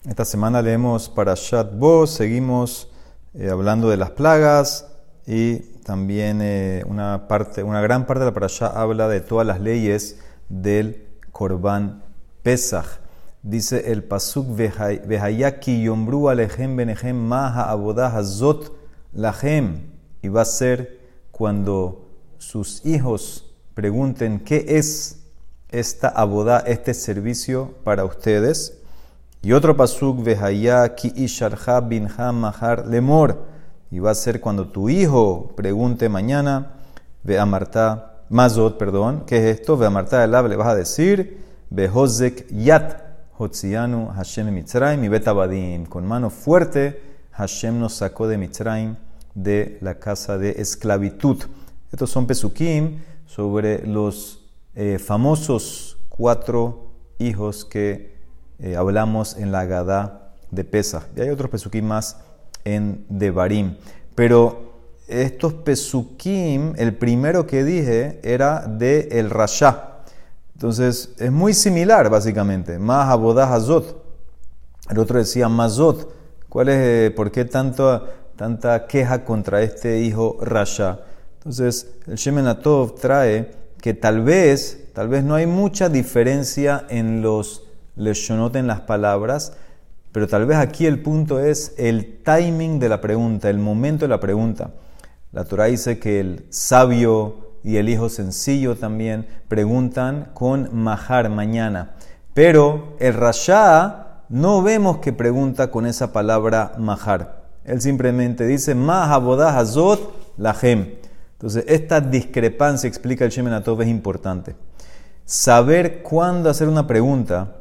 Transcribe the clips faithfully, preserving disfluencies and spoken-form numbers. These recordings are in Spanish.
Esta semana leemos Parashat Bo, seguimos eh, hablando de las plagas y también eh, una, parte, una gran parte de la Parashá habla de todas las leyes del Korban Pesach. Dice el Pasuk Vehayaki Yombru Alejem Benejem Maha Abodah Hazot Lahem, y va a ser cuando sus hijos pregunten qué es esta abodá, este servicio para ustedes. Y otro pasuk, Vehaya ki isharha binha mahar lemor, y va a ser cuando tu hijo pregunte mañana, Veamarta mazot, perdón, ¿qué es esto? Veamarta el le vas a decir, Behozek yat hotzianu Hashem Mitzrayim y betabadim, con mano fuerte Hashem nos sacó de Mitzrayim, de la casa de esclavitud. Estos son pesukim sobre los eh, famosos cuatro hijos que Eh, hablamos en la Agadá de Pesach. Y hay otros pesukim más en Devarim. Pero estos pesukim, el primero que dije era de el Rasha. Entonces es muy similar básicamente. Más Abodah Hazot. El otro decía Mazot. ¿Cuál es, eh, por qué tanto, tanta queja contra este hijo Rasha? Entonces el Shemen HaTov trae que tal vez, tal vez no hay mucha diferencia en los leshonot, en las palabras, pero tal vez aquí el punto es el timing de la pregunta, el momento de la pregunta. La Torah dice que el sabio y el hijo sencillo también preguntan con mahar, mañana, pero el rasha no vemos que pregunta con esa palabra mahar. Él simplemente dice mah abodah hazot lahem. Entonces esta discrepancia, explica el Shemen HaTov, es importante. Saber cuándo hacer una pregunta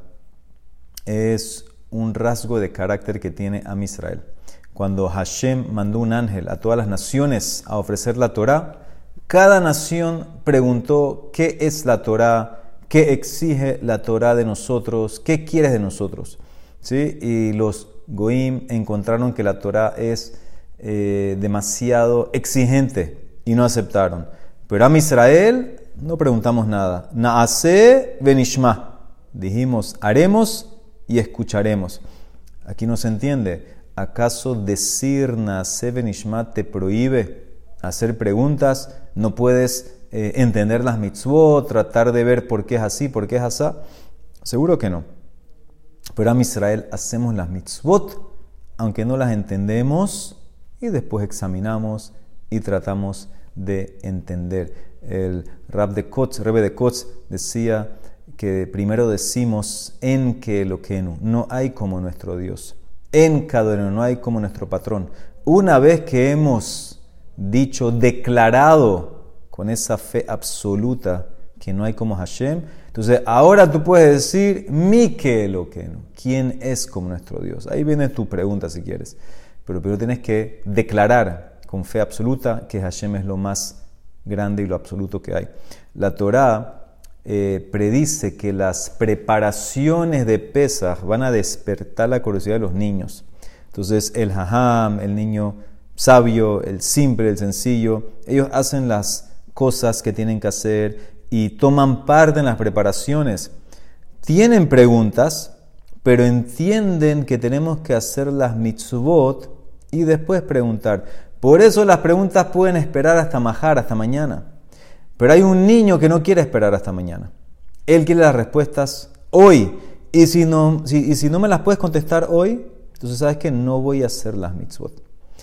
es un rasgo de carácter que tiene Am Israel. Cuando Hashem mandó un ángel a todas las naciones a ofrecer la Torá, cada nación preguntó qué es la Torá, qué exige la Torá de nosotros, qué quieres de nosotros. ¿Sí? Y los Goim encontraron que la Torá es eh, demasiado exigente y no aceptaron. Pero Am Israel no preguntamos nada. Naaseh venishma. Dijimos, haremos y escucharemos. Aquí no se entiende. ¿Acaso decir Naaseh venishma te prohíbe hacer preguntas? ¿No puedes eh, entender las mitzvot, tratar de ver por qué es así, por qué es así? Seguro que no. Pero Am Israel hacemos las mitzvot, aunque no las entendemos, y después examinamos y tratamos de entender. El Rab de Kotz, Rebbe de Kotz, decía que primero decimos en que Eloquenu, no hay como nuestro Dios. En Kadonu, no hay como nuestro patrón. Una vez que hemos dicho, declarado con esa fe absoluta que no hay como Hashem, entonces ahora tú puedes decir mi que Eloquenu, ¿quién es como nuestro Dios? Ahí viene tu pregunta si quieres. Pero primero tienes que declarar con fe absoluta que Hashem es lo más grande y lo absoluto que hay. La Torá Eh, predice que las preparaciones de Pesach van a despertar la curiosidad de los niños. Entonces el jajam, el niño sabio, el simple, el sencillo, ellos hacen las cosas que tienen que hacer y toman parte en las preparaciones. Tienen preguntas, pero entienden que tenemos que hacer las mitzvot y después preguntar. Por eso las preguntas pueden esperar hasta mahar, hasta mañana. Pero hay un niño que no quiere esperar hasta mañana. Él quiere las respuestas hoy. Y si no, si, y si no me las puedes contestar hoy, entonces sabes que no voy a hacer las mitzvot.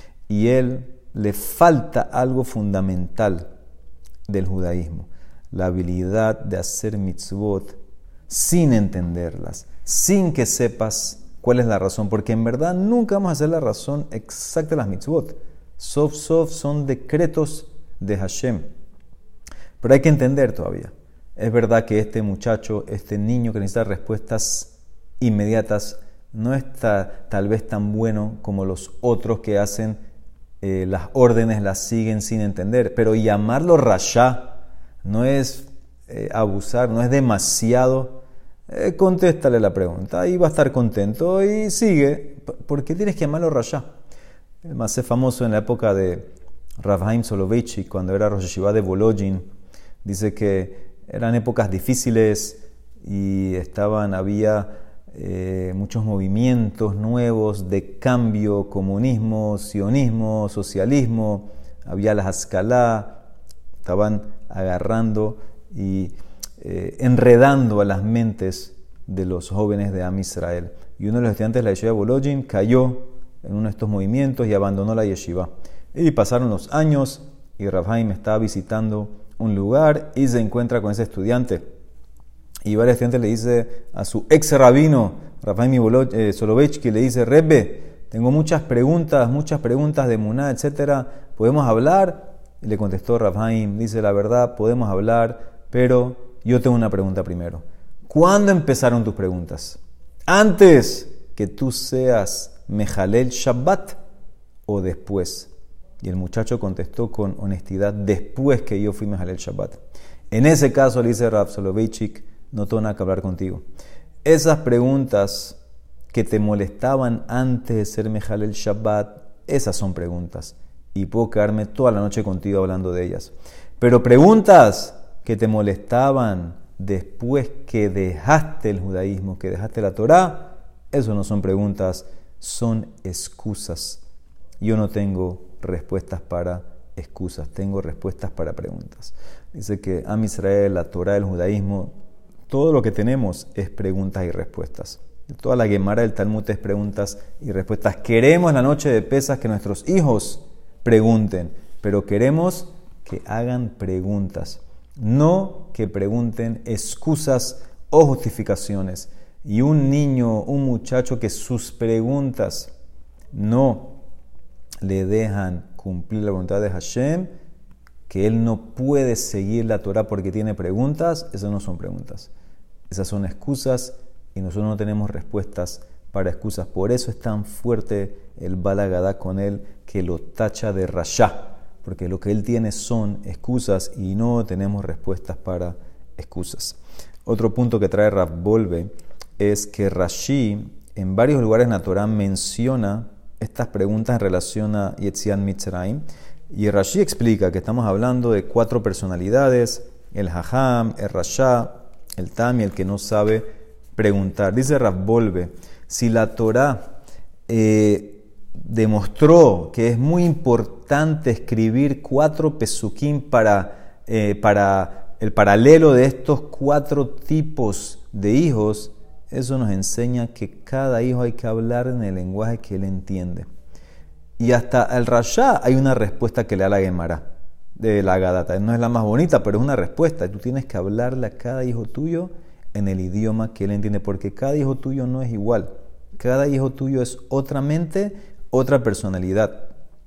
Y él le falta algo fundamental del judaísmo. La habilidad de hacer mitzvot sin entenderlas, sin que sepas cuál es la razón. Porque en verdad nunca vamos a hacer la razón exacta de las mitzvot. Sof, sof son decretos de Hashem. Pero hay que entender todavía. Es verdad que este muchacho, este niño que necesita respuestas inmediatas, no está tal vez tan bueno como los otros que hacen eh, las órdenes, las siguen sin entender. Pero llamarlo rasha no es eh, abusar, no es demasiado. Eh, contéstale la pregunta, ahí va a estar contento y sigue. ¿Por qué tienes que llamarlo rasha? El más famoso en la época de Rav Haim Soloveitchik, cuando era Rosh Yeshiva de Volojin, dice que eran épocas difíciles y estaban, había eh, muchos movimientos nuevos de cambio, comunismo, sionismo, socialismo, había la Haskalá, estaban agarrando y eh, enredando a las mentes de los jóvenes de Am Israel. Y uno de los estudiantes de la Yeshiva Bolojin cayó en uno de estos movimientos y abandonó la Yeshiva. Y pasaron los años y Rav Haim estaba visitando un lugar y se encuentra con ese estudiante. Y varios estudiantes le dice a su ex rabino, Rav Haim eh, Soloveitchik, le dice: Rebbe, tengo muchas preguntas, muchas preguntas de Emuná, etcétera. ¿Podemos hablar? Y le contestó Rav Haim, dice: la verdad, podemos hablar, pero yo tengo una pregunta primero. ¿Cuándo empezaron tus preguntas? ¿Antes que tú seas Mejalel Shabbat o después? Y el muchacho contestó con honestidad: después que yo fui Mejalel Shabbat. En ese caso, le dice Rav Soloveitchik, no tengo nada que hablar contigo. Esas preguntas que te molestaban antes de ser Mejalel Shabbat, esas son preguntas. Y puedo quedarme toda la noche contigo hablando de ellas. Pero preguntas que te molestaban después que dejaste el judaísmo, que dejaste la Torá, eso no son preguntas, son excusas. Yo no tengo respuestas para excusas, tengo respuestas para preguntas. Dice que Am Israel, la Torá, el judaísmo, todo lo que tenemos es preguntas y respuestas. Toda la Gemara del Talmud es preguntas y respuestas. Queremos la noche de Pesaj que nuestros hijos pregunten, pero queremos que hagan preguntas, no que pregunten excusas o justificaciones. Y un niño, un muchacho que sus preguntas no le dejan cumplir la voluntad de Hashem, que él no puede seguir la Torah porque tiene preguntas, esas no son preguntas. Esas son excusas y nosotros no tenemos respuestas para excusas. Por eso es tan fuerte el Bal Agadá con él, que lo tacha de Rasha, porque lo que él tiene son excusas y no tenemos respuestas para excusas. Otro punto que trae Rav Volve es que Rashi en varios lugares en la Torah menciona estas preguntas en relación a Yetziat Mitzrayim, y Rashi explica que estamos hablando de cuatro personalidades: el Hajam, el Rasha, el Tam y el que no sabe preguntar. Dice Rav Volve, si la Torah eh, demostró que es muy importante escribir cuatro pesukim para, eh, para el paralelo de estos cuatro tipos de hijos, eso nos enseña que cada hijo hay que hablar en el lenguaje que él entiende. Y hasta el Rasha hay una respuesta que le da la Gemara de la Gadata. No es la más bonita, pero es una respuesta. Y tú tienes que hablarle a cada hijo tuyo en el idioma que él entiende, porque cada hijo tuyo no es igual. Cada hijo tuyo es otra mente, otra personalidad.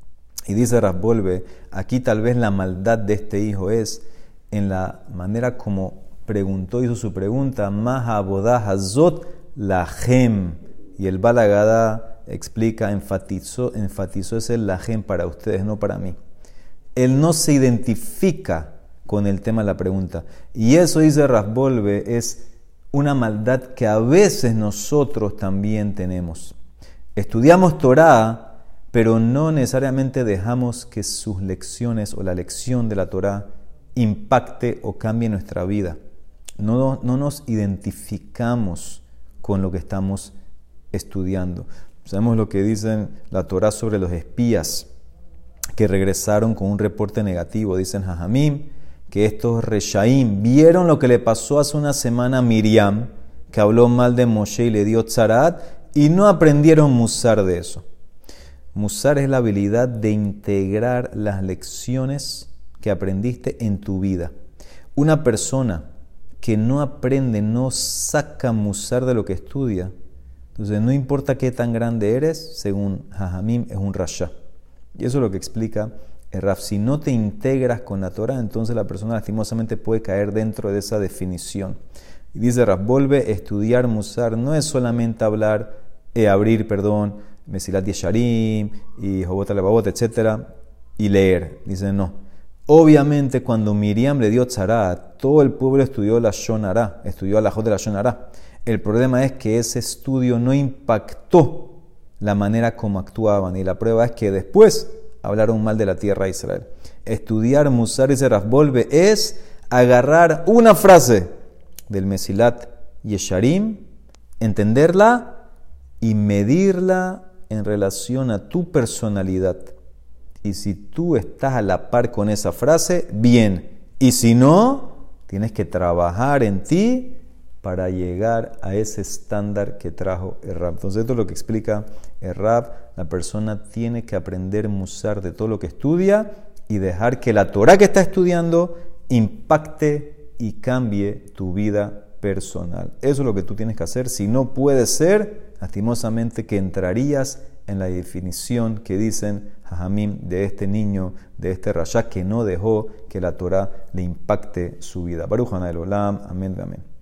Y dice Rav Volve, aquí tal vez la maldad de este hijo es en la manera como preguntó, hizo su pregunta, Maha Abodah Hazot Lahem. Y el Bal Agadá explica, enfatizó, enfatizó ese Lahem para ustedes, no para mí. Él no se identifica con el tema de la pregunta. Y eso, dice Rav Volve, es una maldad que a veces nosotros también tenemos. Estudiamos Torah, pero no necesariamente dejamos que sus lecciones o la lección de la Torah impacte o cambie nuestra vida. No, no nos identificamos con lo que estamos estudiando. Sabemos lo que dice la Torah sobre los espías que regresaron con un reporte negativo. Dicen Jajamim que estos Reshaim vieron lo que le pasó hace una semana a Miriam, que habló mal de Moshe y le dio tzarat, y no aprendieron musar de eso. Musar es la habilidad de integrar las lecciones que aprendiste en tu vida. Una persona que no aprende, no saca musar de lo que estudia, entonces no importa qué tan grande eres, según Jajamim, es un rasha. Y eso es lo que explica el Raf. Si no te integras con la Torah, entonces la persona lastimosamente puede caer dentro de esa definición. Y dice Raf, vuelve, estudiar musar no es solamente hablar, eh, abrir, perdón, Mesilat Yesharim y Jobot Alevavot, etcétera, y leer. Dice no. Obviamente cuando Miriam le dio tzarat, todo el pueblo estudió la Shon Hara, estudió la Jot de la Shon Hara. El problema es que ese estudio no impactó la manera como actuaban, y la prueba es que después hablaron mal de la tierra de Israel. Estudiar Musar y Seraf Volve es agarrar una frase del Mesilat Yesharim entenderla y medirla en relación a tu personalidad. Y si tú estás a la par con esa frase, bien. Y si no, tienes que trabajar en ti para llegar a ese estándar que trajo el Rab. Entonces esto es lo que explica el Rab. La persona tiene que aprender musar de todo lo que estudia y dejar que la Torah que está estudiando impacte y cambie tu vida personal. Eso es lo que tú tienes que hacer. Si no puede ser, lastimosamente que entrarías en la definición que dicen Jajamim de este niño, de este Rasha que no dejó que la Torah le impacte su vida. Baruch Hanay el Olam. Amén, amén.